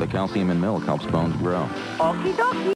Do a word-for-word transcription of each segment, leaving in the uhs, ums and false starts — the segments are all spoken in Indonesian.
The calcium in milk helps bones grow. Okie dokie.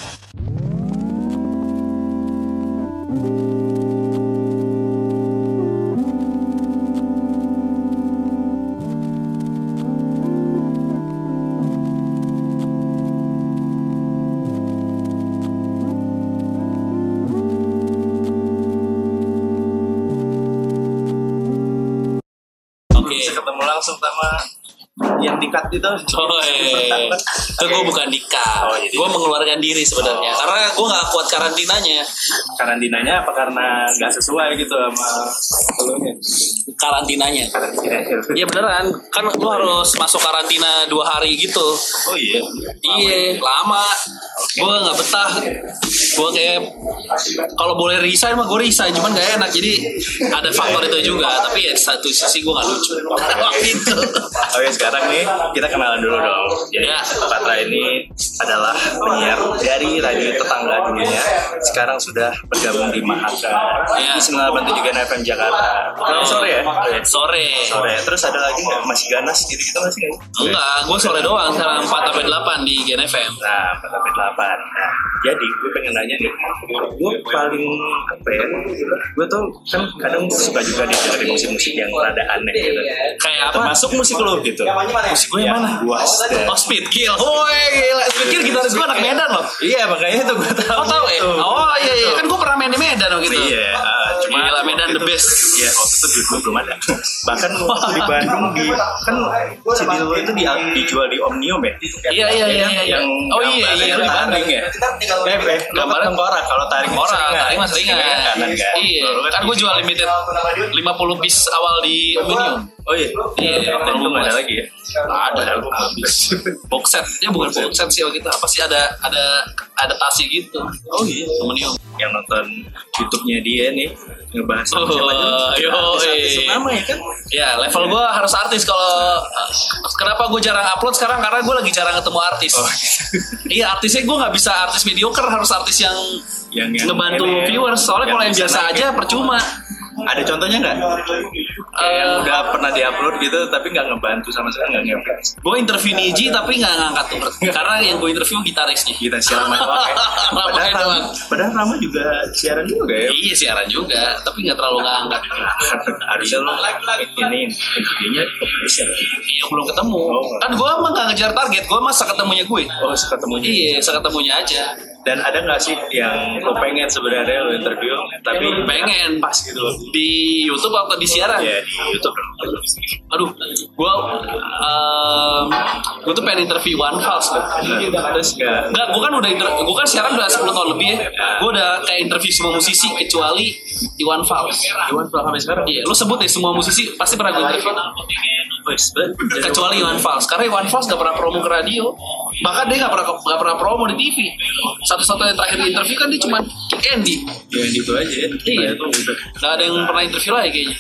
Bisa ketemu langsung sama yang di-cut itu. Oh iya, itu gue bukan di-cut, oh, jadi... gue mengeluarkan diri sebenarnya, oh. Karena gue nggak kuat karantinanya. Karantinanya apa karena nggak sesuai gitu sama sebelumnya? Karantinanya. Karantinanya. Iya beneran, kan lu harus masuk karantina dua hari gitu. Oh iya. Iya, lama. Gue nggak betah. Gue kayak kalau boleh resign mah gue resign, cuman nggak enak. Jadi ada faktor itu juga. Tapi ya satu sisi gue nggak lucu. Waktu itu. Oke, sekarang nih kita kenalan dulu dong. Jadi ya. Patra ini adalah penyiar dari radio tetangga dulunya. Sekarang sudah bergabung di Mahaka ya. Di sembilan delapan tujuh F M Jakarta. Selamat sore ya. Sore. Sore. Terus ada lagi nggak? Masih ganas gitu-gitu masih nggak? Enggak, gue sore doang. Sekarang empat sampai delapan di Gen F M. Nah, empat sampai delapan. Nah, jadi gue pengen nanya nih. Gue paling apa ya? Gue tuh kan kadang suka juga dengerin musik-musik yang rada aneh gitu. Kayak apa? Termasuk musik lo gitu. Musik gue yang mana? Gua Oh, Speed Kill. Woi, gila. Speed Kill gitaris gue anak Medan loh. Iya, makanya itu gue tahu. Oh, tahu ya? Oh, iya iya. Kan gue pernah main di Medan loh gitu. Iya, uh, cuma gila, Medan the best. Iya, waktu itu duit gue belum ada. Bahkan waktu di Bandung di kan C D lo itu di, dijual di Omnium ya. Iya iya iya iya. Yang oh iya iya di Bandung ya. Eh, eh, gambar tengkorak kalau tarik tengkorak, tarik mas ringan. Iya. Kan gue jual limited lima puluh piece awal di Omnium. Oh iya. Iya, belum ada lagi ya. Ada habis. Box set, ya bukan box set sih kita apa sih ada ada adaptasi gitu. Oh iya, Omnium. Yang nonton YouTube-nya dia nih ngebahas oh, siapa aja. Yo, artis nama ya kan? Ya, level gue harus artis kalau kenapa gue jarang upload sekarang karena gue lagi jarang ketemu artis. Oh, iya, artisnya gue nggak bisa artis mediocre, harus artis yang yang, yang ngebantu ini, viewers. Soalnya kalau yang biasa aja percuma. Ada contohnya nggak? Uh, yang udah pernah diupload gitu tapi nggak ngebantu sama sekali, nggak ngepres. Gue interview Niji tapi nggak ngangkat tuh karena yang gue interview gitarisnya. Kita siaran padahal, padahal Rama juga siaran juga ya? Iya siaran juga tapi nggak terlalu ngangkat. Harusnya lo ini interviewnya bisa. Iya belum ketemu. Oh, kan gue emang nggak ngejar target, gue masa ketemunya gue. Oh seketemunya. Iya seketemunya aja. Dan ada nggak sih yang lo pengen sebenarnya lo interview tapi pengen pas gitu di YouTube atau di siaran? Iya di YouTube. Aduh, gue um, gue tuh pengen interview One Falls tuh. Terus nggak? Nggak, gue kan udah inter- gue kan siaran udah sepuluh tahun lebih ya. Gue udah kayak interview semua musisi kecuali Iwan Fals. Iwan Fals sampai sekarang? Iya, lo sebut deh semua musisi pasti pernah gue interview. Kecuali Iwan Fals, karena Iwan Fals gak pernah promo ke radio, bahkan dia gak pernah gak pernah promo di T V. Satu-satunya terakhir di interview kan dia cuma Andy. Ya gitu aja. Iya. Gak ada yang pernah interview lagi kayaknya.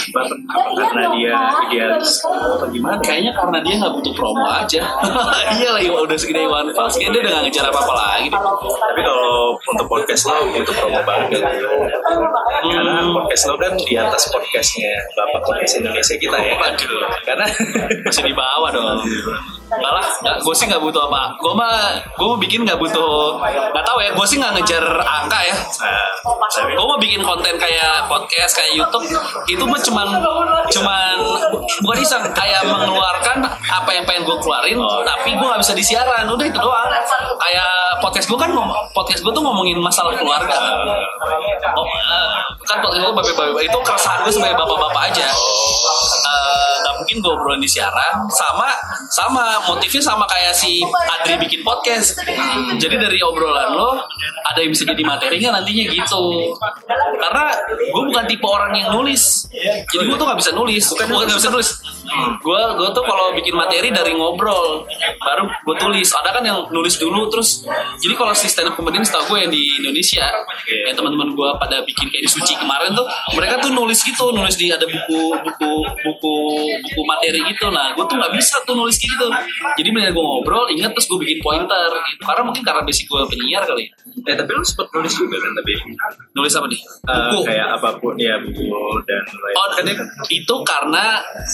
Karena dia idealis atau gimana? Kayaknya karena dia gak butuh promo aja. Iya lah, udah segede Iwan Fals, kayaknya dia udah gak ngejar apa-apa lagi. Tapi kalau untuk podcast lo butuh promo banget. Hmm. Karena podcast lo kan di atas podcastnya Bapak Podcast Indonesia kita ya. Aduh. Karena masih di bawah dong. Malah gue sih nggak butuh apa. Gue mah gue mau bikin nggak butuh. Nggak tahu ya. Gue sih nggak ngejar angka ya. Nah, gue mau bikin konten kayak podcast kayak YouTube. Itu mah cuman cuman bukan iseng kayak mengeluarkan apa yang pengen gue keluarin. Oh. Tapi gue nggak bisa disiaran. Udah itu doang. Kayak podcast gue kan podcast gue tuh ngomongin masalah keluarga. Oh, kan podcast gue bapak-bapak itu keresahan gue sebagai bapak-bapak aja. Uh, gak mungkin gue obrolan di siaran sama sama motifnya sama kayak si Adri bikin podcast. Jadi dari obrolan lo ada yang bisa jadi materi nggak nantinya gitu. Karena gue bukan tipe orang yang nulis. Jadi gue tuh nggak bisa nulis. Bukan nggak bisa nulis. Gue gue tuh kalau bikin materi dari ngobrol baru gue tulis. Ada kan yang nulis dulu terus. Jadi kalau si stand up comedy setahu gue yang di Indonesia, yang teman-teman gue pada bikin kayak di Suci kemarin tuh, mereka tuh nulis gitu, nulis di ada buku buku buku buku materi gitu. Nah gue tuh nggak bisa tuh nulis gitu. Jadi mendingan gue ngobrol, ingat terus gue bikin pointer gitu. Karena mungkin karena basic gue penyiar kali. Eh tapi lu sempet nulis juga kan tapi nulis apa nih? Uh, buku kayak apapun ya buku dan lain. Oh kan itu karena di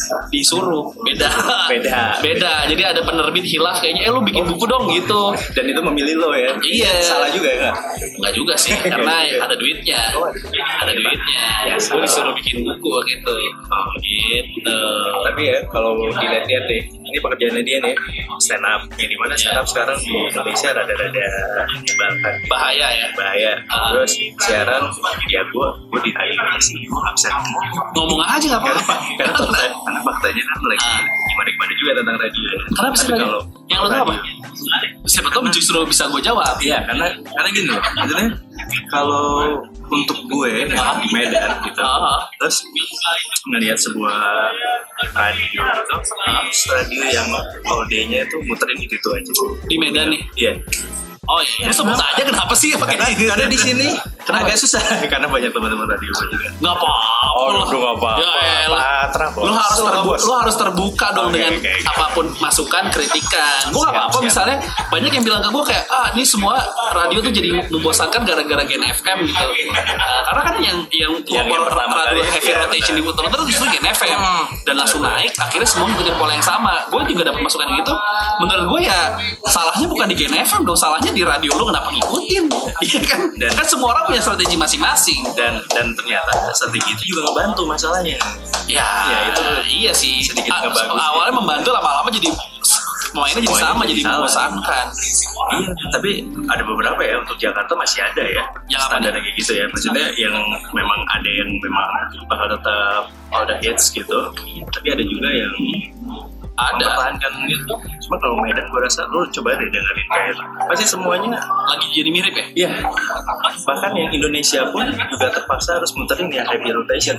disuruh. Beda. Beda. Beda. Jadi ada penerbit hilaf kayaknya, eh lu bikin buku dong gitu. Dan itu memilih lo ya. Iya. Salah juga ya nggak? Enggak juga sih, karena ada duitnya. Ada duitnya. Ya, gue disuruh bikin buku gitu. Oh, gitu. Tapi ya kalau dilihat-lihat deh, ini pekerjaannya dia nih stand up. Yang dimana stand up sekarang di Indonesia rada-rada menyebalkan. Bahaya ya. Bahaya. Ah. Terus siaran ya gue gue di hari ini sih absen. Ngomong aja nggak apa-apa. Karena fakta, karena faktanya kan lagi Ah. gimana-gimana juga tentang radio. Kenapa sih Tapi radio? kalau Yang lo tahu apa? Siapa tahu justru bisa gue jawab. Iya, karena karena gini loh, maksudnya kalau untuk gue Ah. di Medan gitu, Ah. terus ngelihat sebuah radio gitu, terus radio yang all day-nya itu muterin gitu aja. Di Medan nih. Iya. Oh iya, lu sebut aja kenapa sih pakai Karena, gitu? karena di sini Kenapa? agak susah karena banyak teman-teman radio gue juga. Nggak apa-apa. lah. nggak apa-apa. Ya elah. Patra, bos. Lu harus Patra, terbuka, bos. lu harus terbuka dong Oke, dengan oke, oke. apapun masukan, kritikan. Gue nggak Siap, apa-apa siap. misalnya banyak yang bilang ke gue kayak ah ini semua radio tuh jadi membosankan gara-gara Gen F M gitu. Uh, karena kan yang yang Yang power pertama radio kali, heavy iya, rotation benar. diputar-putar itu justru Gen F M dan langsung naik. Akhirnya semua ngikutin pola yang sama. Gue juga dapat masukan yang gitu. Menurut gue ya salahnya bukan di Gen F M dong, salahnya di radio lu kenapa ngikutin? Iya kan? Dan- kan semua orang punya strategi masing-masing. dan dan ternyata strategi itu juga ngebantu masalahnya. Ya, Ya, itu iya sih. sedikit A- nggak bagus. Awalnya membantu, lama-lama jadi semuanya jadi Semuanya sama, jadi jadi salah. membosankan. Iya, tapi ada beberapa ya untuk Jakarta masih ada ya Yang apa standar nih? kayak gitu ya. Maksudnya yang memang ada yang memang bakal tetap all the hits gitu, tapi ada juga yang Ada. mempertahankan gitu. Cuma kalau Medan gue rasa lu coba deh dengerin kayak pasti semuanya. Lagi jadi mirip ya? Iya, bahkan yang Indonesia pun juga terpaksa harus muterin yang heavy rotation.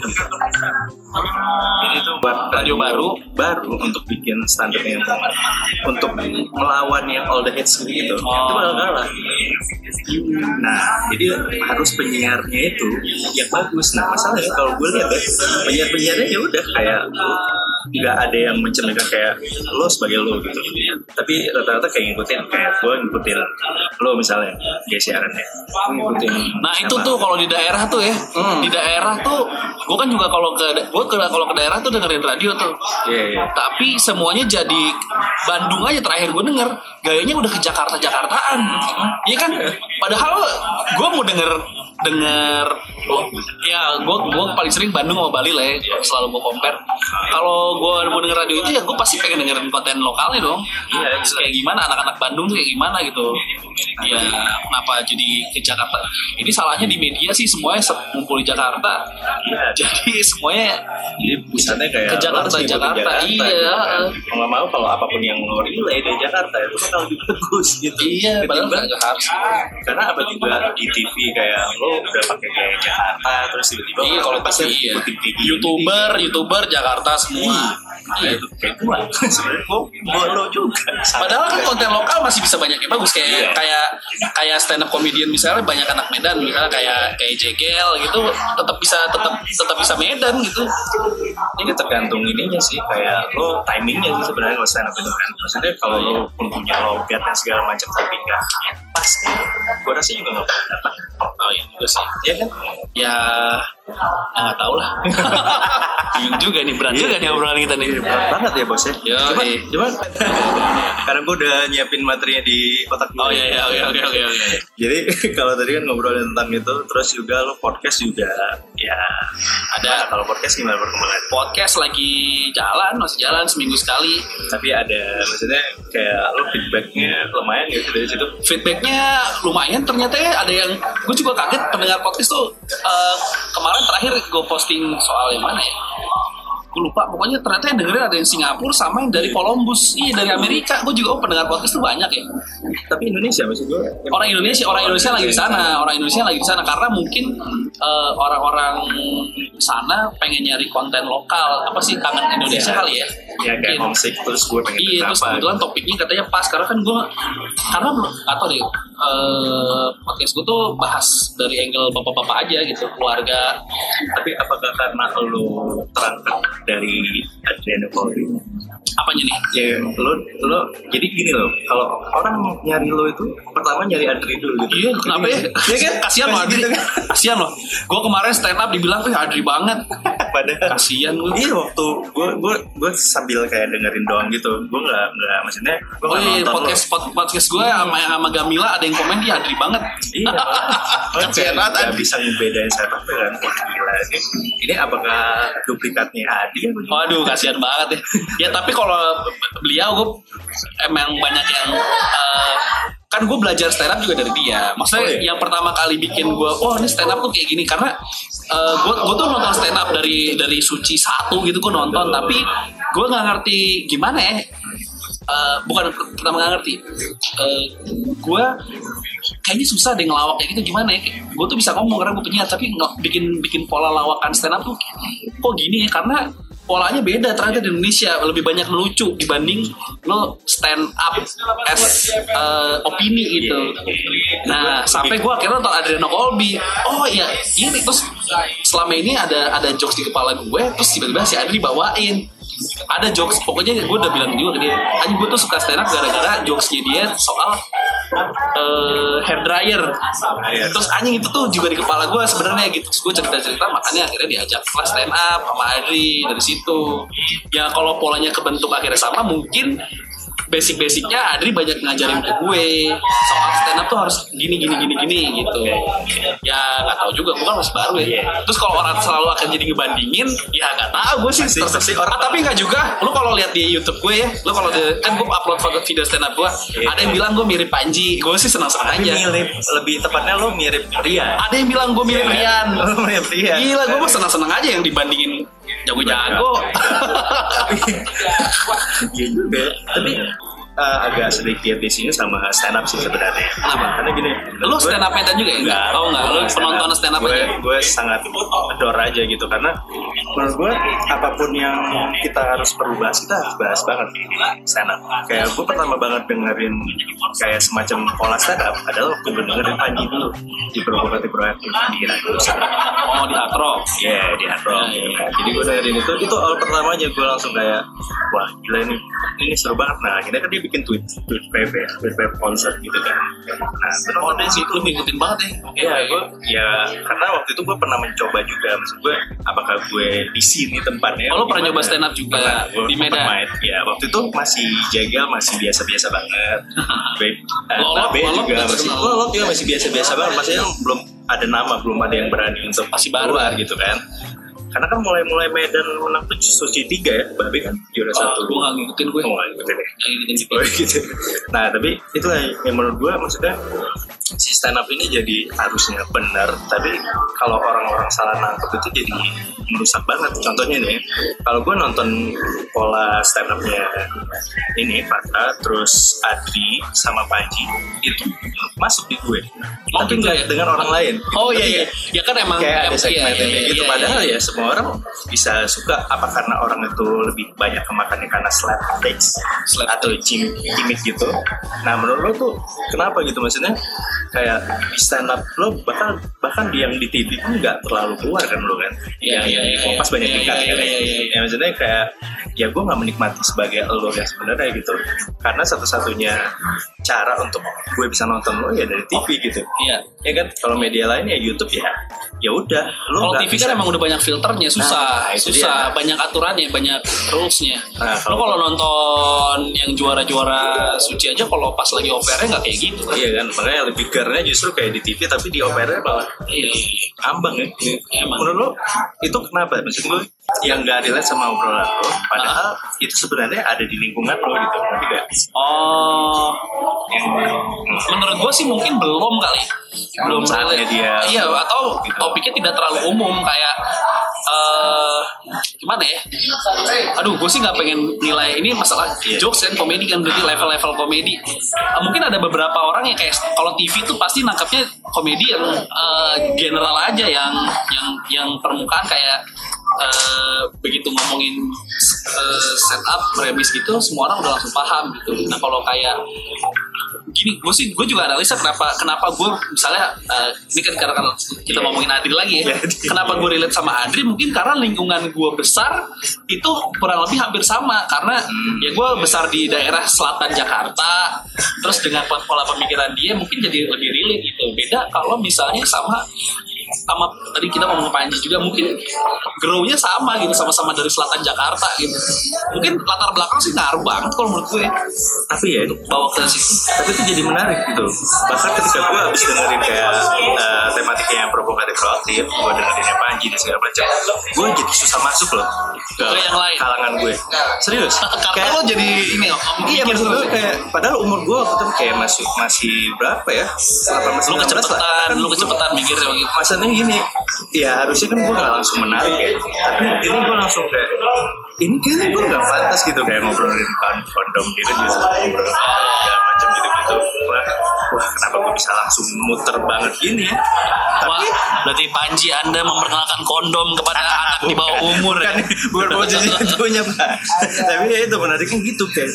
Ini tuh buat Radio baru. baru untuk bikin standar yang untuk melawan yang all the hits gitu. Oh. Itu bakal kalah. Nah, jadi harus penyiarnya itu yang bagus. Nah, masalahnya kalau gue lihat ya, penyiar-penyiarnya ya udah kayak nggak ada yang mencerminkan kayak lo sebagai lo gitu. Tapi rata-rata kayak ngikutin kayak gue ngikutin lo misalnya kayak siarannya. Gue ngikutin. Nah itu siapa. tuh kalau di daerah tuh ya, Hmm. di daerah tuh, gue kan juga kalau ke, gue ke kalau ke daerah tuh dengerin radio tuh. Iya, iya. Tapi semuanya jadi Bandung aja terakhir gue denger, gayanya udah ke Jakarta Jakartaan. Iya kan? Padahal gue mau denger denger ya gue gue paling sering Bandung sama Bali lah ya, selalu gue compare. Kalau gue mau denger radio itu ya gue pasti pengen dengerin konten lokalnya dong. Iya, kayak gimana anak-anak Bandung tuh kayak gimana gitu. Ya kenapa jadi ke Jakarta? Ini salahnya di media sih, semuanya ngumpul di Jakarta. Iya, Jadi semuanya jadi pusatnya kayak Ke Jakarta, lo harus ngikutin Jakarta, iya. gitu kan. Mau nggak mau kalau apapun yang lo relay dari Jakarta itu bakal lebih bagus gitu. iya, padahal Ketimbang- nggak harus. karena apa juga di T V kayak lo udah pakai kayak Jakarta terus tiba-tiba Iya, kalau pasti pasti iya. ngikutin kayak gini. YouTuber, YouTuber Jakarta semua. Nah, Iya. itu kayak gue sebenarnya gue mau lo juga. Padahal kan konten lokal masih bisa banyak yang bagus kayak Iya. kayak kayak stand up comedian misalnya banyak anak Medan misalnya kayak kayak Jegel gitu tetap bisa tetap tetap bisa Medan gitu. Ini tergantung ininya sih kayak lo timingnya sih sebenarnya kalau stand up itu kan. Maksudnya kalau lo punya logat dan segala macam tapi nggak pas, gue rasa juga nggak pernah datang. Oh iya juga sih. Iya kan? Ya nggak tahu lah. Bingung juga nih, berat juga nih obrolan kita nih. Berat banget ya bos ya. Yo, Cuma, iya. cuma karena gue udah nyiapin materinya di otak gue. Oh iya iya oke oke oke oke. Jadi kalau tadi kan ngobrolin tentang itu, terus juga lo podcast juga ya Ada. Kalau podcast gimana perkembangan? Podcast lagi jalan, masih jalan seminggu sekali. Tapi ada maksudnya kayak lo feedbacknya lumayan gitu dari situ. Feedbacknya lumayan ternyata ya, ada yang gue juga kaget pendengar podcast tuh eh, kemarin terakhir gue posting soal yang mana ya, gue lupa pokoknya ternyata yang dengerin ada yang Singapura sama yang dari Columbus, iya dari Amerika. Gue juga oh pendengar podcast tuh banyak ya. Tapi Indonesia maksud gue. Orang Indonesia, orang Indonesia lagi di sana, orang Indonesia lagi di sana karena mungkin eh, orang-orang sana pengen nyari konten lokal, apa sih kangen Indonesia Ya. kali ya. Ya kayak Mungkin. homesick terus gue pengen Iya, terus kebetulan topiknya katanya pas karena kan gue karena belum atau deh eh, podcast gue tuh bahas dari angle bapak-bapak aja gitu, keluarga. Tapi apakah karena lo terangkat dari Adriano Colby? Apanya nih? Ya lo lo jadi gini loh. Kalau orang nyari lo itu pertama nyari Adri dulu gitu. Iya, kenapa ya? Iya kan? Kasihan loh Pasti Adri. gitu kan? Kasihan loh. Gue kemarin stand up dibilang, "Wih, Adri banget." Padahal kasian lu. Iya waktu gue gue gue sambil kayak dengerin doang gitu. Gue nggak nggak maksudnya gue Oh nggak iya, nonton podcast lo. pod- podcast gue sama sama Gamila ada yang komen dia Adri banget. Iya. Kan Kasian kayak banget, nggak Adri. bisa ngebedain setupnya kan. Wah gila ini. Ini apakah duplikatnya Adi? Waduh, kasihan banget ya. Ya tapi kalau beliau gue emang banyak yang eh, kan gue belajar stand up juga dari dia. Maksudnya Oh, iya. yang pertama kali bikin gue, oh ini stand up tuh kayak gini karena uh, gue gue tuh nonton stand up dari dari Suci satu gitu gue nonton, tapi gue nggak ngerti gimana ya. Uh, bukan pertama nggak ngerti. Uh, gue kayaknya susah deh ngelawak kayak gitu gimana ya. Gue tuh bisa ngomong karena gue penyiar, tapi nggak bikin bikin pola lawakan stand up tuh kok gini ya, karena polanya beda ternyata di Indonesia, lebih banyak melucu dibanding lo stand up as uh, opini gitu. Nah sampai gue akhirnya nonton Adriano Colby, oh iya ini terus selama ini ada ada jokes di kepala gue, terus tiba-tiba si Adri bawain ada jokes, pokoknya gue udah bilang juga ke dia, anjing gue tuh suka stand up gara-gara jokesnya dia soal uh, hair dryer. Terus anjing itu tuh juga di kepala gue sebenarnya gitu. Terus gue cerita-cerita, makanya akhirnya diajak kelas stand up sama Adri dari situ. Ya kalau polanya kebentuk akhirnya sama, mungkin basic-basicnya Adri banyak ngajarin ke gue soal stand up tuh harus gini gini gini gini gitu. Ya nggak tahu juga, gue kan masih baru ya. Terus kalau orang selalu akan jadi ngebandingin, ya nggak tahu gue sih. Pasti- pasti orang- Ah, tapi nggak juga. Lu kalau lihat di YouTube gue ya, lu kalau di- kan gue upload foto video stand up gue, ada yang bilang gue mirip Panji, gue sih senang-senang Tapi aja. mirip, lebih tepatnya lo mirip Rian. Ada yang bilang gue mirip Rian. Lo mirip Rian. Gila, gue mah senang-senang aja yang dibandingin jago-jago. Iya juga. Tapi uh, agak sedikit di sini sama stand up sih sebenarnya. Kenapa? Karena gini, Lu stand up mentan juga ya? Enggak. Oh enggak, lu penonton stand up gue, aja. gue sangat adore aja gitu, karena menurut gue apapun yang kita harus perlu bahas, kita harus bahas banget stand up. Kayak gue pertama banget dengerin kayak semacam pola stand up adalah waktu gue dengerin Panji dulu di Provokatif Proaktif di radio. Oh di Hard Rock. Iya, yeah, di Hard Rock. Ya, ya. Jadi gue dengerin itu, itu awal pertama aja gue langsung kayak, wah gila ini, ini seru banget. Nah akhirnya kan dia bikin tweet, tweet P P, tweet P P konser gitu kan. Nah terus Oh dari dari situ situ lu ngikutin banget ya. Iya, gue ya karena waktu itu gue pernah mencoba juga, maksud gue apakah gue di sini tempatnya? Oh, lo pernah gimana? nyoba stand up juga Pernah, gue di Medan? main. Ya waktu itu masih jagal, masih biasa-biasa banget. Be, uh, Lolot, Babe lolot juga nggak masih, terkenal. lolot juga masih biasa-biasa banget. Maksudnya belum ada nama, belum ada yang berani untuk Masih baru. keluar gitu kan. Karena kan mulai-mulai Medan menang tuh Suci tiga ya, Babe kan juara satu. Gue nggak ngikutin gue. Oh, nggak ngikutin ya. Nggak ngikutin sih. Oh, gitu. Nah tapi itulah yang menurut gue, maksudnya si stand up ini jadi harusnya benar, tapi kalau orang-orang salah nangkep itu jadi merusak banget. Contohnya nih, kalau gue nonton pola stand upnya ini Fata, terus Adri sama Panji, itu masuk di gue, Oh, tapi gitu nggak ya? dengan orang lain. Oh iya Tapi iya. Ya kan emang kayak ada em- segmen iya, kayak iya, gitu, iya, padahal iya. ya semua orang bisa suka, apa karena orang itu lebih banyak kemakannya karena slapstick Slap. atau gim- gimmick gitu. Nah menurut lo tuh kenapa gitu, maksudnya kayak di stand up lo bahkan bahkan di yang di T V pun nggak terlalu keluar kan lo kan, Iya, yang iya, yang di iya, Kompas iya, banyak iya, tingkat iya, kan iya, ya. iya, iya. Ya maksudnya kayak ya gue nggak menikmati sebagai lo yang sebenarnya gitu, karena satu-satunya cara untuk gue bisa nonton lo ya dari T V gitu. Iya. Ya kan, kalau media lain ya YouTube ya, ya udah. Lo Kalau nggak T V bisa- kan emang udah banyak filternya, susah, Nah, itu susah, dia. banyak aturannya, banyak rulesnya. Nah, Lo kalau- kalau nonton yang juara-juara Suci aja, kalau pas lagi opernya nggak kayak gitu. Kan? Iya kan, makanya lebih gernya justru kayak di T V, tapi di opernya malah Iya. ambang ya. Emang. Menurut lo itu kenapa? Maksud gue yang gak relate sama obrolan lo, padahal itu sebenarnya ada di lingkungan lo gitu, ngerti gak? Oh, Yang menurut gue sih mungkin belum kali, belum Saatnya relate. dia- Iya, atau gitu. topiknya tidak terlalu umum kayak eh gimana ya? Aduh, gue sih nggak pengen nilai ini masalah Iya. jokes dan komedi kan, berarti level-level komedi. Eh, mungkin ada beberapa orang yang kayak kalau T V tuh pasti nangkapnya komedi yang eh, general aja, yang yang yang permukaan kayak eh, begitu ngomongin eh, setup premis gitu, semua orang udah langsung paham gitu. Nah kalau kayak gini, gue sih gue juga analisa kenapa kenapa gue misalnya eh, ini kan karena kan kita ngomongin Adri lagi ya, kenapa gue relate sama Adri, mungkin karena lingkungan gue besar itu kurang lebih hampir sama, karena ya gue besar di daerah selatan Jakarta, terus dengan pola pemikiran dia mungkin jadi lebih relate gitu. Beda kalau misalnya sama sama tadi kita ngomong Panji juga mungkin grow-nya sama gitu, sama-sama dari selatan Jakarta gitu. Mungkin latar belakang sih ngaruh banget kalau menurut gue. Tapi ya itu Bawa ke situ. tapi itu jadi menarik gitu. Bahkan ketika gue habis dengerin kayak uh, tematiknya yang provokatif proaktif, gue dengerinnya Panji dan segala macam, gue jadi susah masuk loh ke Ke yang lain. kalangan gue. Serius. Karena lo jadi ini om, Iya, mikir maksud gue terus. kayak padahal umur gue waktu itu kayak masih masih berapa ya? delapan belas, Lu sembilan belas lah. kecepatan, Kan lu kecepatan mikirnya begitu. maksudnya gini, ya harusnya kan gue gak langsung menarik ya, tapi ini gue langsung kayak ini kayaknya gue gak pantas gitu kayak ngobrolin kon- kondom gitu, justru ngobrolin segala macam gitu gitu. Wah, wah kenapa gue bisa langsung muter banget gini ya? Wah, Tapi berarti Panji Anda memperkenalkan kondom kepada anak di bawah umur ya? bukan bukan posisi itunya Pak. Tapi ya itu menariknya gitu kayak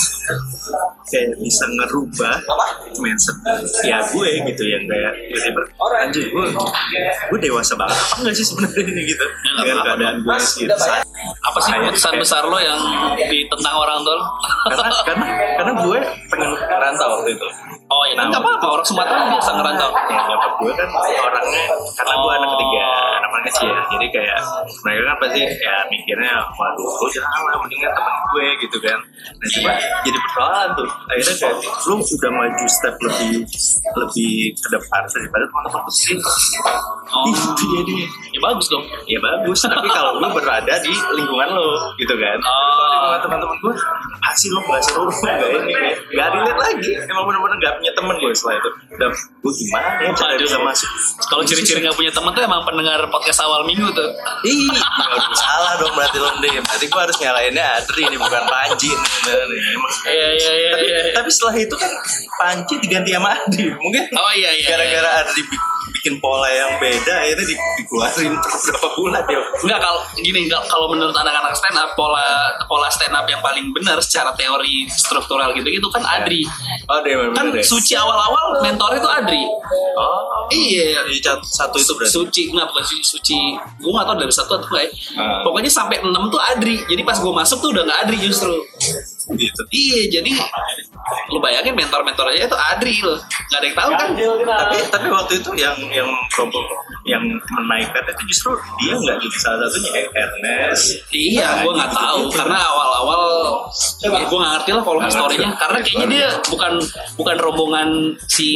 kayak bisa ngerubah mindset ya gue gitu yang kayak gue anjir gue gue dewasa banget apa enggak sih sebenarnya ini gitu nggak dengan apa-apa keadaan gue gitu saat Apa sih Kayak- keputusan kayak- besar lo yang ditentang orang tua lo? karena karena karena gue pengen ngerantau waktu itu. Oh ya, Nah, nggak apa-apa, orang Sumatera biasa ngerantau. Ya nyokap gue kan orangnya karena gue anak ketiga anak paling kecil ya, jadi kayak mereka kan pasti ya mikirnya waduh lu jangan lah mendingan temen gue gitu kan. Nah coba jadi persoalan tuh akhirnya kayak lu udah maju step lebih lebih ke depan daripada teman-teman lu sih. Oh, Itu jadi ya bagus dong. ya bagus tapi kalau lu berada di lingkungan lo gitu kan. Oh. Kalau lingkungan teman-teman gue pasti lu nggak seru nggak ini nggak relate lagi emang bener-bener nggak punya temen gue setelah itu dan gue gimana ya cara Waduh. bisa masuk. Kalau ciri-ciri nggak punya teman tuh emang pendengar podcast awal minggu tuh. Ih, aduh, salah dong berarti lo deh. Berarti gue harus nyalainnya Adri ini bukan Panji nih sebenarnya. Emang. Iya iya iya. Tapi, iya. tapi setelah itu kan Panji diganti sama Adri. Mungkin Oh iya iya. gara-gara Adri bi- bikin pola yang beda, akhirnya di, dikeluarin beberapa bulan ya. Enggak, kalau gini, enggak, kalau menurut anak-anak stand up pola pola stand up yang paling benar secara teori struktural gitu gitu kan Adri. Oh deh, Kan bener deh. Suci awal-awal mentornya tuh Adri. Oh, Iya. jadi cat- satu itu berarti. Suci enggak bukan Suci, Suci. Gue nggak tahu dari satu atau enggak ya. Ah. Pokoknya sampai enam tuh Adri. Jadi pas gue masuk tuh udah nggak Adri justru. Gitu. Iya, jadi lu bayangin mentor-mentornya itu Adri loh. Nggak ada yang tahu kan? Tapi tapi waktu itu yang yang probo yang menaikkan itu justru dia nggak jadi salah satunya kayak Ernest. Iya, gue nggak tahu karena awal-awal ya, gue nggak ngerti lah kalau Nggak historinya ngerti. karena kayaknya dia bukan bukan rombongan si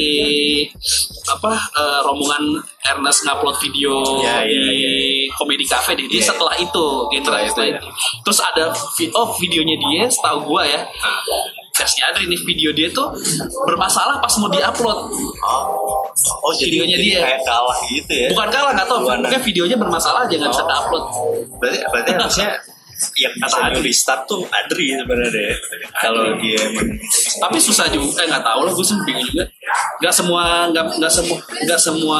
apa eh, rombongan Ernest ngupload video Ya, ya, di ya. Comedy Cafe deh. Dia Ya. setelah itu, dia Setelah setelah itu, itu. Terus ada vi- oh videonya dia, setahu gue ya. Tesnya Adri nih video dia tuh bermasalah pas mau diupload. Oh jadi Videonya jadi dia. kayak kalah gitu ya. Bukan kalah nggak tahu, Gimana? pokoknya videonya bermasalah aja nggak bisa Oh. diupload. Berarti berarti harusnya yang Kata bisa Adri. di start tuh Adri sebenarnya deh. Kalau dia emang Tapi susah juga, eh nggak tahu lah, gue sih bingung juga. Nggak semua, nggak nggak semua, nggak semua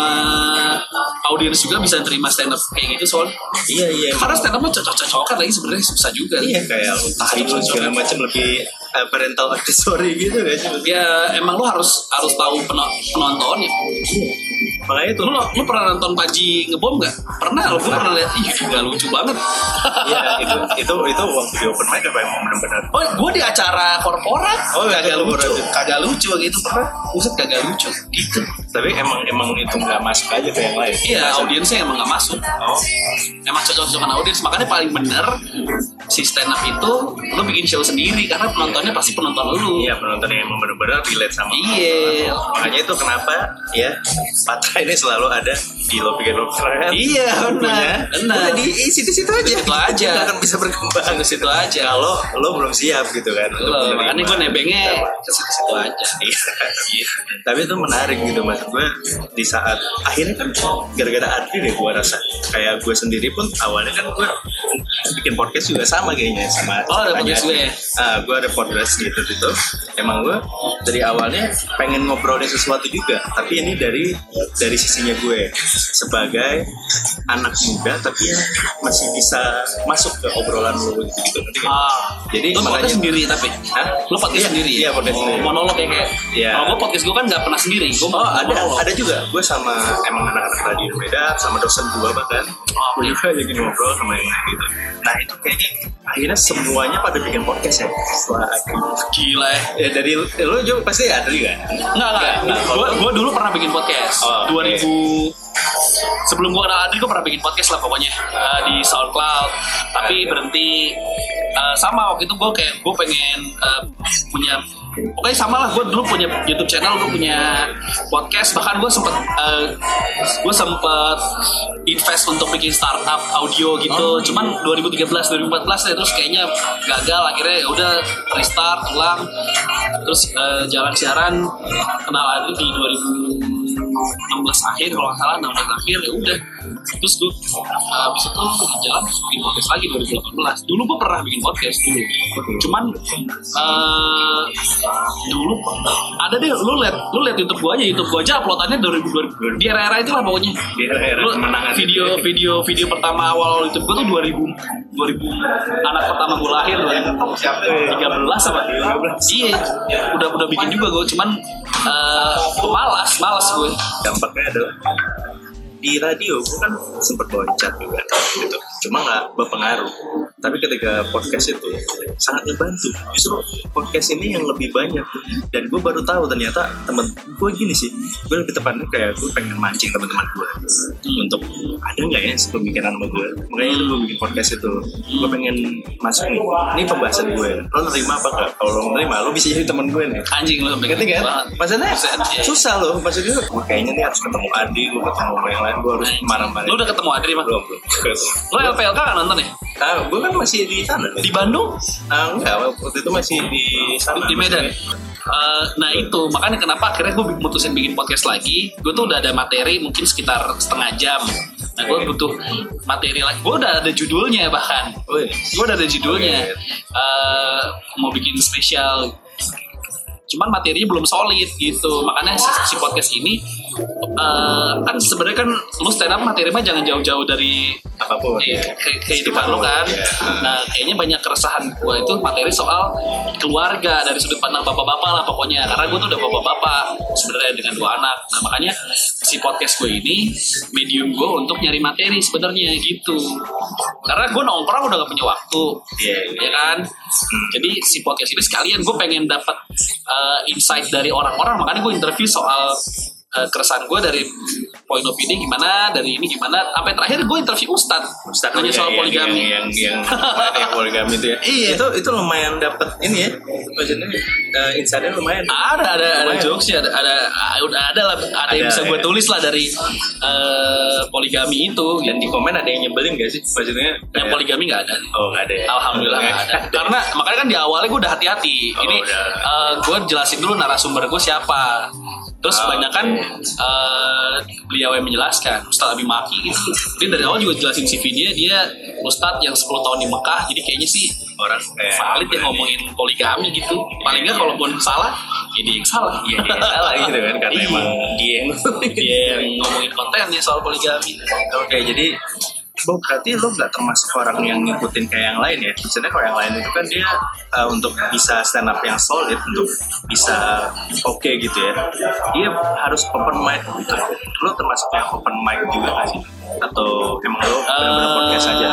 audiens juga bisa terima stand up kayak gitu soalnya. iya iya. Karena stand up mah cocok-cocokan lagi sebenarnya susah juga. Iya kayak tahi lu segala macam lebih uh, parental advisory gitu gak sih? Ya emang lu harus harus tahu peno- penontonnya. Makanya itu Lu lu pernah nonton Panji ngebom nggak? Pernah, lu gue pernah lihat. Ih, nggak lucu banget. Iya itu itu itu waktu di open mic apa emang benar-benar. Oh, gue di acara korporat. Oh, iya, kagak lucu, korporat. kagak lucu gitu pernah. Buset kagak lucu. Gitu. Tapi emang emang itu nggak masuk aja ke yang lain. Iya, audiensnya emang nggak masuk. Oh. Emang cocok-cocokan audiens, makanya paling bener si stand up itu lu bikin show sendiri karena penontonnya pasti penonton lu. Iya penonton yang emang benar-benar relate sama. Iya. Makanya itu kenapa ya Patra ini selalu ada di lo bikin lo keren. Iya, benar. Benar. Udah di di situ-situ aja. Di situ aja. Nggak akan bisa berkembang Ke situ aja. kalau lo belum siap gitu kan. untuk Loh, menerima. makanya gue nebengnya ke situ aja. Iya. Tapi itu menarik gitu maksud gue di saat akhirnya kan gara-gara Adri deh gue rasa kayak gue sendiri pun awalnya kan gue bikin podcast juga sama kayaknya sama Oh, ada ceritanya podcast gue Adri. ya? Ah, gue ada podcast gitu gitu. Emang gue dari awalnya pengen ngobrolin sesuatu juga, tapi ini dari dari sisinya gue sebagai anak muda tapi ya masih bisa masuk ke obrolan lo gitu gitu. Ngerti nggak? Ah, Jadi lu makanya- podcast sendiri tapi Hah? lu podcast Iya, sendiri. iya, podcast Oh, sendiri. monolog ya kayak. Iya. Kalau gue podcast gue kan nggak pernah sendiri. Gue Oh ada ada juga gue sama emang anak-anak radio beda sama dosen gue bahkan Oh, gue juga jadi ngobrol sama yang lain gitu. Nah itu kayaknya akhirnya semuanya pada bikin podcast ya setelah Adri. gila ya. Ya dari lo juga pasti Adri kan? Enggak, enggak. Nah, Gue kalau- gue dulu pernah bikin podcast. Oh, oke. dua ribu sebelum gue kenal Adri gue pernah bikin podcast lah pokoknya uh, di SoundCloud, tapi berhenti. Uh, sama waktu itu gue kayak gue pengen uh, punya, pokoknya sama lah, gue dulu punya YouTube channel, gue punya podcast, bahkan gue sempet uh, gue sempet invest untuk bikin startup audio gitu, oh. Cuman dua ribu tiga belas dua ribu empat belas ya, terus kayaknya gagal, akhirnya udah restart ulang, terus uh, jalan siaran kenal Adri di dua ribu enam belas akhir kalau nggak salah, enam belas akhir ya udah, terus gue uh, abis itu jalan bikin podcast lagi dua ribu delapan belas. Dulu gue pernah bikin podcast dulu, cuman uh, dulu ada deh, lu liat lu liat YouTube gue aja, YouTube gue aja uploadannya dua ribu dua ribu di era-era itu lah pokoknya. Di era-era kemenangan. Video video video pertama awal YouTube gue tuh dua ribu dua ribu anak pertama gue lahir dua ribu tiga belas apa? Iya, udah udah bikin juga gue, cuman uh, malas malas gue. Dampaknya adalah di radio gue kan sempat loncat juga gitu, cuma nggak berpengaruh. Tapi ketika podcast itu sangat membantu. Justru podcast ini yang lebih banyak. Dan gue baru tahu ternyata temen gue gini sih, gue lebih tepatnya kayak gue pengen mancing teman-teman gue untuk ada nggak ya sepemikiran sama gue. Makanya gue bikin podcast itu. Gue pengen masuk nih, ini pembahasan gue, lo nerima apa nggak? Kalau lo nerima, lo bisa jadi teman gue nih. Anjing lo, ngerti kan? Maksudnya susah loh. Maksudnya gue kayaknya nih harus ketemu Adi, gue ketemu yang lain, gue harus marah-marah. Lo udah ketemu Adri mah? Belum, belum. Lo L P L K kan nonton ya? Ah, gue kan masih di sana. Di Bandung? Ah, enggak, waktu itu masih di sana. Di Medan. Uh, nah itu makanya kenapa akhirnya gue mutusin bikin podcast lagi. Gue tuh udah ada materi mungkin sekitar setengah jam. Nah gue butuh materi lagi. Gue udah ada judulnya bahkan. Gue udah ada judulnya. Uh, mau bikin spesial. Cuman materinya belum solid gitu. Makanya si, si podcast ini uh, kan sebenarnya kan lu stand up materi mah jangan jauh-jauh dari apapun eh, ke, kehidupan lu kan. Nah kayaknya banyak keresahan gue itu materi soal keluarga dari sudut pandang bapak-bapak lah pokoknya. Karena gue tuh udah bapak-bapak sebenarnya dengan dua anak. Nah makanya si podcast gue ini medium gue untuk nyari materi sebenarnya gitu. Karena gue nongkrong udah gak punya waktu, yeah, ya kan. Hmm. Jadi si podcast ini sekalian gue pengen dapat uh, insight dari orang-orang, makanya gue interview soal uh, keresahan gue dari point of view ini gimana, dari ini gimana, sampai terakhir gue interview Ustadz, Ustadz nanya soal yang, poligami, yang yang, yang, yang poligami itu ya. Iya. Itu itu lumayan dapat ini ya, maksudnya uh, insightnya lumayan. Ada ada lumayan. Ada jokes ya, ada ada udah ada lah, ada, ada yang bisa gue ya. tulis lah dari uh, poligami itu. Dan di komen ada yang nyebelin gak sih, maksudnya? Yang poligami nggak ada. Oh nggak ada. Ya? Alhamdulillah nggak ada. Karena makanya kan di awalnya gue udah hati-hati. Oh, ini uh, gue jelasin dulu narasumber gue siapa. Terus oh, banyak kan okay. uh, beliau yang menjelaskan, Ustadz Abi Maki gitu. Dia dari awal juga jelasin C V dia, dia Ustadz yang sepuluh tahun di Mekah. Jadi kayaknya sih orang eh, valid yang ngomongin poligami gitu. Paling nggak kalaupun salah, ya dia yang salah. Iya dia yang salah gitu kan, karena emang dia yang dia yang ngomongin kontennya soal poligami. Oke, okay, jadi Bo, berarti lo gak termasuk orang yang ngikutin kayak yang lain ya? Misalnya kalau yang lain itu kan dia uh, untuk bisa stand up yang solid, untuk bisa oke okay gitu ya, dia harus open mic gitu. Lo termasuk yang open mic juga gak sih? Atau emang lo benar-benar uh, podcast aja?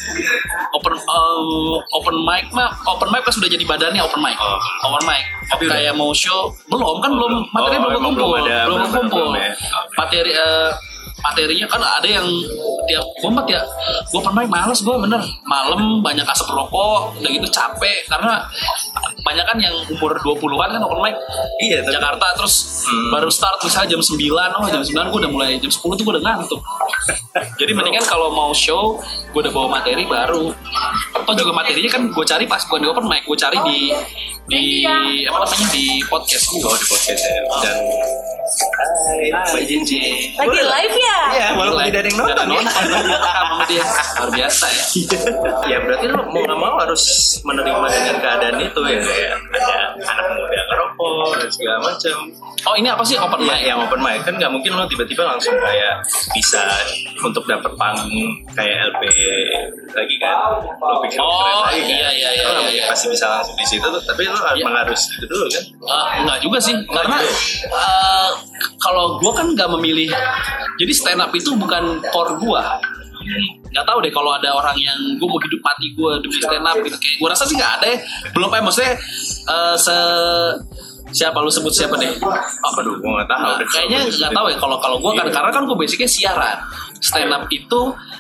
Open uh, open mic mah, open mic pas sudah jadi badannya open mic. Oh. Open mic. Tapi kayak mau show belum kan, belum materi oh, belum kumpul, belum ada, belum kumpul. Ya. Materi uh, materinya kan ada yang tiap gue mah ya gue pernah males gue bener malam banyak asap rokok udah gitu capek karena banyak kan yang umur dua puluhan kan open mic iya Jakarta terus hmm. baru start misalnya jam sembilan, oh jam sembilan gue udah mulai jam sepuluh tuh gue udah ngantuk. Jadi mendingan kalau mau show gue udah bawa materi baru, atau juga materinya kan gue cari pas gue di open mic, gue cari di di apa namanya di podcast gue. Oh di podcast ya. Dan Hai, Mbak Jinji. Lagi live ya? Iya, walaupun tidak ada yang nonton ya. Sama dia, luar biasa ya. Ya berarti lo mau nggak mau harus menerima dengan keadaan itu ya. Kayak ada anak muda ngerokok dan segala macam. Oh ini apa sih open mic? Ya, yang open mic kan nggak mungkin lo tiba-tiba langsung kayak bisa untuk dapat panggung kayak L P lagi kan. Lo bikin oh, keren lagi kan. Iya iya iya. Lo iya, iya. pasti bisa langsung di situ tuh. Tapi lo ya. Emang harus gitu dulu kan? Uh, enggak juga sih, karena uh, kalau gue kan nggak memilih. Jadi stand up itu bukan core gue. Nggak tahu deh kalau ada orang yang gue mau hidup mati gue demi stand up gitu, kayak gue rasa sih nggak ada ya. Belum kayak maksudnya uh, se Siapa lu sebut siapa deh? Apa dulu? Gue nggak tahu. Nah, kayaknya nggak tahu ya. Kalau kalau gue kan karena kan gue basicnya siaran. Stand up itu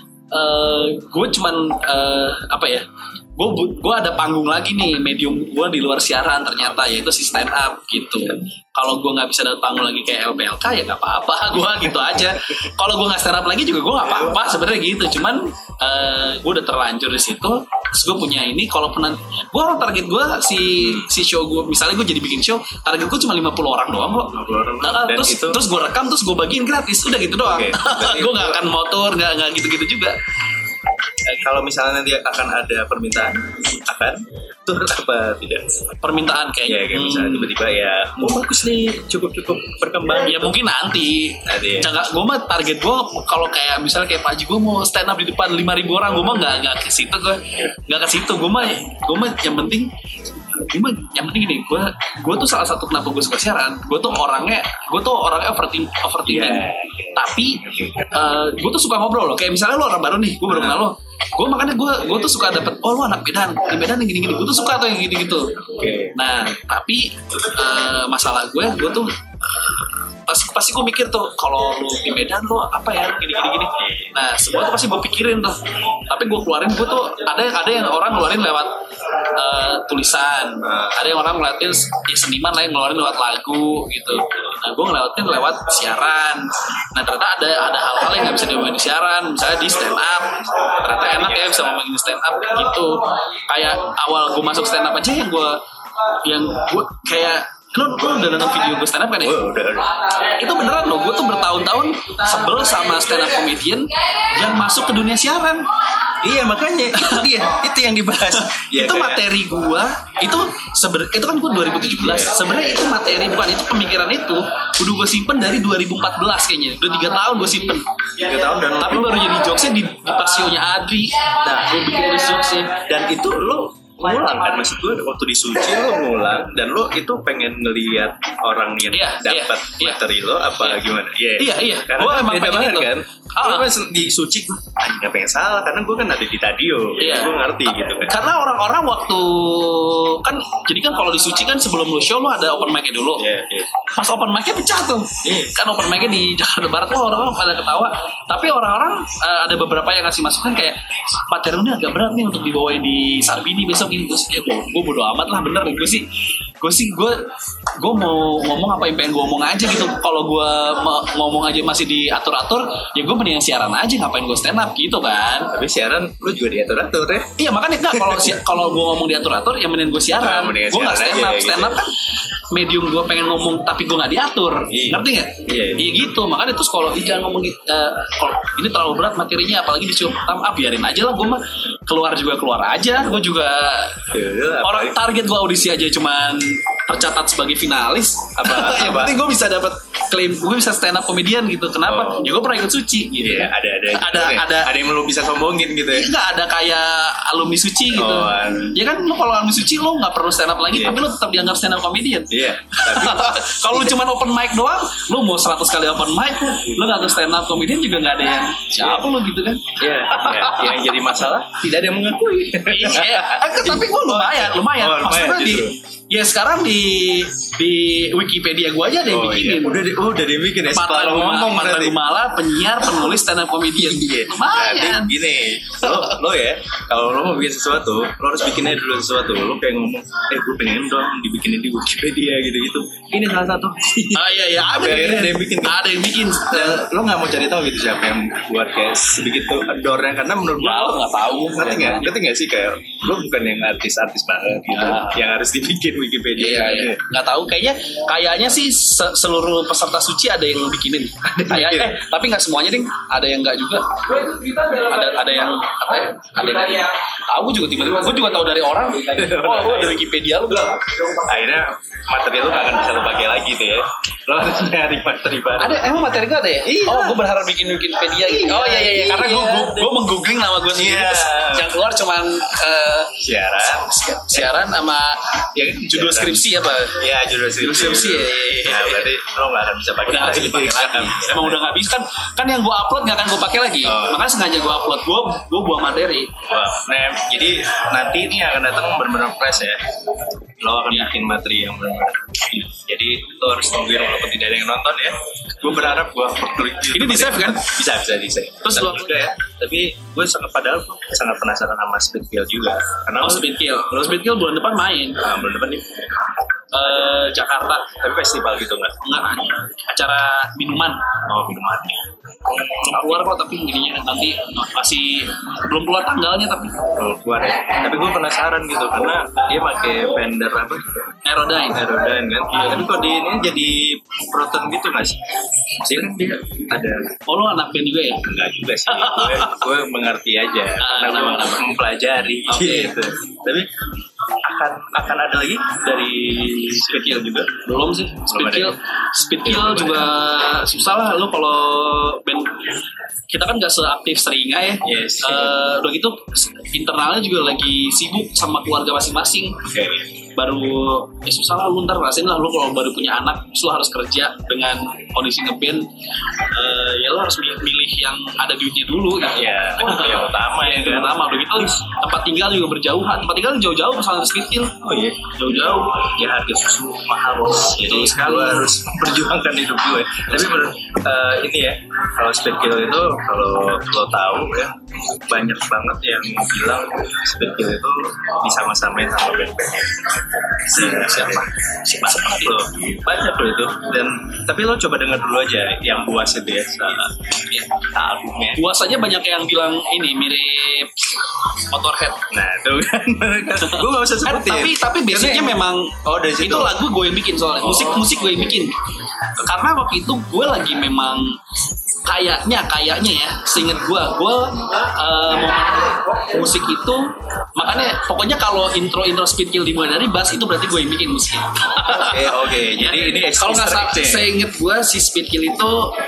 uh, gue cuman uh, apa ya? Gue gue ada panggung lagi nih, medium gue di luar siaran ternyata, yaitu si stand up gitu. Kalau gue nggak bisa dapat panggung lagi kayak L P L K ya nggak apa-apa, gue gitu aja. Kalau gue nggak stand up lagi juga gue nggak apa-apa sebenarnya gitu. Cuman uh, gue udah terlanjur di situ. Terus gue punya ini, kalau pernah gue target gue si si show gue, misalnya gue jadi bikin show, target gue cuma lima puluh orang doang kok. Nah, terus itu, terus gue rekam, terus gue bagiin gratis, udah gitu doang. Okay, gue nggak akan motor, nggak nggak gitu-gitu juga. Eh, kalau misalnya nanti akan ada permintaan, akan turun apa tidak? Permintaan kayaknya. Ya, kayak misalnya hmm. tiba-tiba ya, oh bagus nih, cukup-cukup berkembang. Ya mungkin nanti. nanti ya. Jangan, gue mah target gue kalau kayak misalnya kayak Pak Haji, gue mau stand up di depan lima ribu orang, gue mah nggak nggak ke situ gue, nggak ke situ. Gue mah, gue mah yang penting. Cuma yang penting gini, gue gue tuh salah satu kenapa gue suka siaran, gue tuh orangnya gue tuh orangnya overthinking, overthinking. Yeah. Tapi uh, gue tuh suka ngobrol loh, kayak misalnya lo orang baru nih, gue baru kenal lo, gue makanya gue gue tuh suka dapet, oh lo anak Medan, di Medan yang gini-gini, gue tuh suka tuh yang gini-gitu. Okay. Nah tapi uh, masalah gue, gue tuh pasti pasti gue mikir tuh, kalau lu di Medan lo apa ya gini gini gini. Nah semua tuh pasti gue pikirin tuh, tapi gue keluarin, gue tuh ada ada yang orang ngeluarin lewat uh, tulisan, ada yang orang ngeliatin ya, seniman lain ngeluarin lewat lagu gitu. Nah gue ngelewatin lewat siaran. Nah ternyata ada ada hal-hal yang nggak bisa diomongin di siaran, misalnya di stand up ternyata enak ya bisa ngomongin stand up gitu. Kayak awal gue masuk stand up aja yang gue yang gue kayak Lo, lo udah nonton video gue stand up kan ya? Oh, udah, udah. Itu beneran loh, gue tuh bertahun-tahun sebel sama stand up comedian yang masuk ke dunia siaran. Iya makanya itu dia, itu yang dibahas. Ya, itu kayak materi gue, itu sebenarnya itu kan gue dua ribu tujuh belas. Yeah. Sebenarnya itu materi, bukan itu pemikiran itu. Udah gue simpen dari dua ribu empat belas kayaknya. Udah tiga tahun gue simpen. tiga tahun dan tapi baru jadi jokesnya di, di pasionya Adri. Nah, gue bikin jokesnya. Dan itu lo ngulang kan, maksud gue waktu di Suci lo ngulang dan lo itu pengen ngelihat orang yang yeah, dapat yeah, materi yeah. lo apa yeah. gimana? Yeah. Iya iya. Karena gue emang pengen itu kan. Ah. Gue di Suci gue nggak pengen salah karena gue kan ada di Tadio, yeah. gue ngerti gitu kan. Karena orang-orang waktu kan jadi kan kalau di Suci kan sebelum lo show lo ada open mic-nya dulu. Yeah, yeah. Pas open mic-nya pecah tuh. Yeah. Kan open mic-nya di Jakarta Barat tuh orang-orang pada ketawa. Tapi orang-orang uh, ada beberapa yang ngasih masukan kayak materi ini agak berat nih untuk dibawain di Sarbini besok ini. Terus ya gue gue bodo amat lah, bener gue sih gue sih gue gue mau ngomong apa yang pengen gue ngomong aja gitu. Kalau gue ma- ngomong aja masih diatur-atur ya gue mendingan siaran aja, ngapain gue stand up gitu kan. Tapi siaran lu juga diatur-atur ya. Iya makanya enggak, kalau si- kalau gue ngomong diatur-atur ya mendingan gue siaran. Nah, gue nggak stand up, stand up kan medium gue pengen ngomong tapi gue nggak diatur. Iya. Ngerti nggak? Iya, iya. Iya gitu, makanya terus kalau jangan ngomong uh, kalau ini terlalu berat materinya apalagi di show pertama, ah biarin aja lah, gue mah keluar juga keluar aja. Gue juga ya, orang apa? Target gue audisi aja cuman tercatat sebagai finalis. Apa? Yang penting gue bisa dapat klaim, gue bisa stand up comedian gitu. Kenapa? Oh. Ya gue pernah ikut Suci gitu. Iya, ada ada ada ya? ada ada yang lu bisa sombongin gitu ya. Enggak ada kayak alumni Suci gitu. Oh, ya kan lu kalau alumni Suci lu enggak perlu stand up lagi, yeah. Tapi lu tetap dianggap stand up comedian. Iya. Yeah. Kalau lu cuma open mic doang, lu mau seratus kali open mic, lu enggak stand up comedian juga enggak ada yang siapa lu gitu kan. Iya. Yeah. Yang jadi masalah tidak ada yang mengakui. Iya. Tapi gue lumayan, lumayan. Oh, maksudnya di ya sekarang di di Wikipedia gue aja ada yang oh, bikinin. Iya. Udah di, oh, udah dibikin ya. Mata ngomong Mata Gumala, penyiar, penulis stand up comedian. Iya. Lumayan. Jadi gini, lo lo ya, kalau lo mau bikin sesuatu, lo harus bikinnya dulu sesuatu. Lo kayak ngomong, eh gue pengen dong dibikinin di Wikipedia gitu-gitu. Ini salah satu. Ah iya iya. Ada, ada, ada yang bikin. Ada yang bikin. Dan lo nggak mau cari tahu gitu siapa yang buat kayak sebegitu adore-nya, karena menurut gue lo nggak tahu. Ngerti nggak? Ngerti nggak sih kayak lo bukan yang artis-artis banget gitu, nah. Yang harus dibikin Wikipedia. Iya, iya. Nggak tahu. Kayaknya kayaknya sih se- seluruh peserta Suci ada yang bikinin. Kayak eh tapi nggak semuanya ding. Ada yang nggak juga. Ada ada yang apa ya? Ada yang tahu juga tiba-tiba. Gue juga tahu dari orang. Oh, lu ada Wikipedia lu bilang. Akhirnya materi lu nggak akan bisa lu pakai lagi tuh ya. Lo harus nyari materi baru. Ada emang materi gue ada ya? Iya. Oh, gue berharap bikin Wikipedia. Iya, oh iya iya iya. Karena gue gue menggoogling nama gue sendiri. Iya. Yang keluar cuman uh, siaran, siaran sama ya, judul siaran. Skripsi apa? Iya judul skripsi. Skripsi ya. Nah, berarti lo nggak akan bisa pakai udah lagi. lagi. Emang udah nggak bisa kan? Kan yang gue upload nggak akan gue pakai lagi. Oh. Makanya sengaja gue upload. Gue gue buang materi. Wow. Nah, jadi nanti ini akan datang benar-benar fresh ya. Lo akan ya. bikin materi yang benar-benar Jadi lo harus tungguin walaupun tidak ada yang nonton ya. Gue berharap gue Ini di save kan? Bisa bisa di save. Terus lo juga ya. Tapi gue sangat padahal sangat penasaran sama Speedkill juga. Karena Oh, Speedkill. Kalau Speedkill bulan depan main. Nah, bulan depan nih. Eh, Jakarta. Tapi festival gitu nggak? Enggak, acara minuman. Oh minuman. Belum keluar kok, tapi gininya nanti masih belum keluar tanggalnya tapi. Kalau keluar ya. Tapi gue penasaran gitu karena dia pakai vendor apa? Aerodyne. Aerodyne kan. Iya. Tapi kok di ini jadi proton gitu nggak sih? Dia kan dia ada. Oh, lo anak band juga ya? Enggak juga sih. gue, gue mengerti aja. Ah, Karena gue kenapa? mempelajari. Oke. Gitu. Tapi akan akan ada lagi dari Speedkill juga. Belum sih. Speedkill, ada. Speedkill Belum juga susah lah. Lo kalau band kita kan nggak seaktif Seringa ya. Yes. Eh, udah gitu internalnya juga lagi sibuk sama keluarga masing-masing. Oke. Baru ya susah lah lu ntar rasain lah lu kalau baru punya anak terus lu harus kerja dengan kondisi ngeband, eh, ya lu harus milih, milih yang ada duitnya dulu gitu. Iya, yang utama ya Yang kan. pertama udah gitu tempat tinggal juga berjauhan, tempat tinggal jauh-jauh misalnya Speedkill. Oh iya. Jauh-jauh. Ya harga susu mahal bos. Jadi Betul sekali. gue harus perjuangkan hidup gue. Tapi menurut eh, ini ya, kalau Speedkill itu kalau lo tahu ya, banyak banget yang bilang Speedkill itu disama-samain sama band-band. Siapa? Siapa? Siapa lo? Banyak lo itu. Dan tapi lo coba dengar dulu aja yang buas itu ya, Ya. albumnya. Puasanya banyak yang bilang ini mirip Motorhead. Nah tuh kan, gue gak usah Kan, sebutin. tapi tapi basicnya Karena- memang Oh, dari situ. itu lagu gue yang bikin soalnya musik Oh. musik gue yang bikin karena waktu itu gue lagi memang kayaknya kayaknya ya seinget gue gue uh, momen musik itu makanya pokoknya kalau intro intro Speedkill dimulai dari bass itu berarti gue yang bikin musik. Oke oke. Jadi ini Kalau nggak salah, extra saya inget gue si Speedkill itu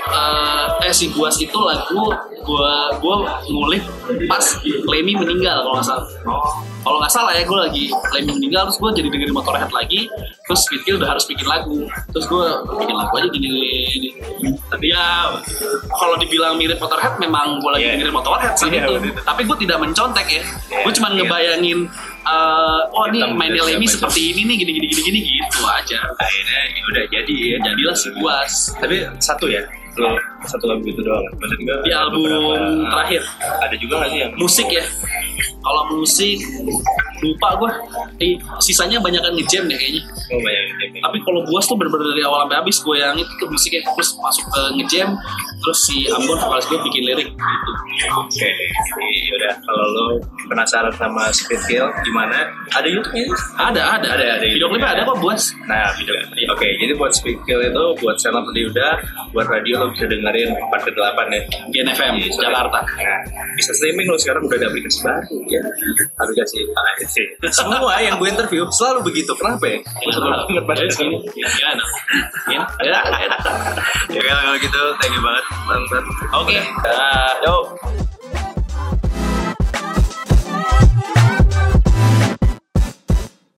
uh, eh si Buas itu lagu gue gue ngulik pas Lemmy meninggal kalau nggak salah. Kalau nggak salah ya gue lagi Lemmy meninggal terus gue jadi dengerin Motorhead lagi terus Speedkill udah harus bikin lagu terus gue bikin lagu aja gini gini. Tapi ya kalau dibilang mirip Motorhead memang gue lagi Yeah. dengerin Motorhead saat Yeah, itu. betul. Tapi gue tidak mencontek ya. Yeah, Gue cuma yeah. ngebayangin uh, oh ini Hitam mainnya dan Lemmy segala seperti ini nih gini gini gini gini gitu aja. akhirnya ya udah jadi ya. Jadilah si Buas. Tapi satu ya, lo satu lagu itu doang. Maksud gue Di ada album beberapa- terakhir. Ada juga nggak sih yang Musik ya. Kalau musik lupa gue. Eh, sisanya banyakan ngejam deh kayaknya. Oh, banyak yang kayak gitu. Tapi kalau Buas tuh bener-bener dari awal sampai habis gue yang itu ke musiknya terus masuk ke ngejam terus si Ambon vokalis gue bikin lirik gitu. Oke, jadi udah kalau lo penasaran sama Speedkill gimana? Ada YouTube-nya? Ada ada Ada, ada. Video klipnya ada kok Buas. Nah, video. Oke, jadi buat Speedkill itu buat channel tadi udah, buat radio lo bisa dengerin empat ke delapan ya. G N F M Di Jakarta. Nah, bisa streaming lo sekarang udah ada aplikasi baru ya. Aplikasi ah, sih. Semua yang gue interview selalu begitu. Kenapa ya? Gue selalu banget pada sini. Ya, ya, nah. Ya. Ya, ya kalau gitu, thank you banget, Bang. Oke. Yo.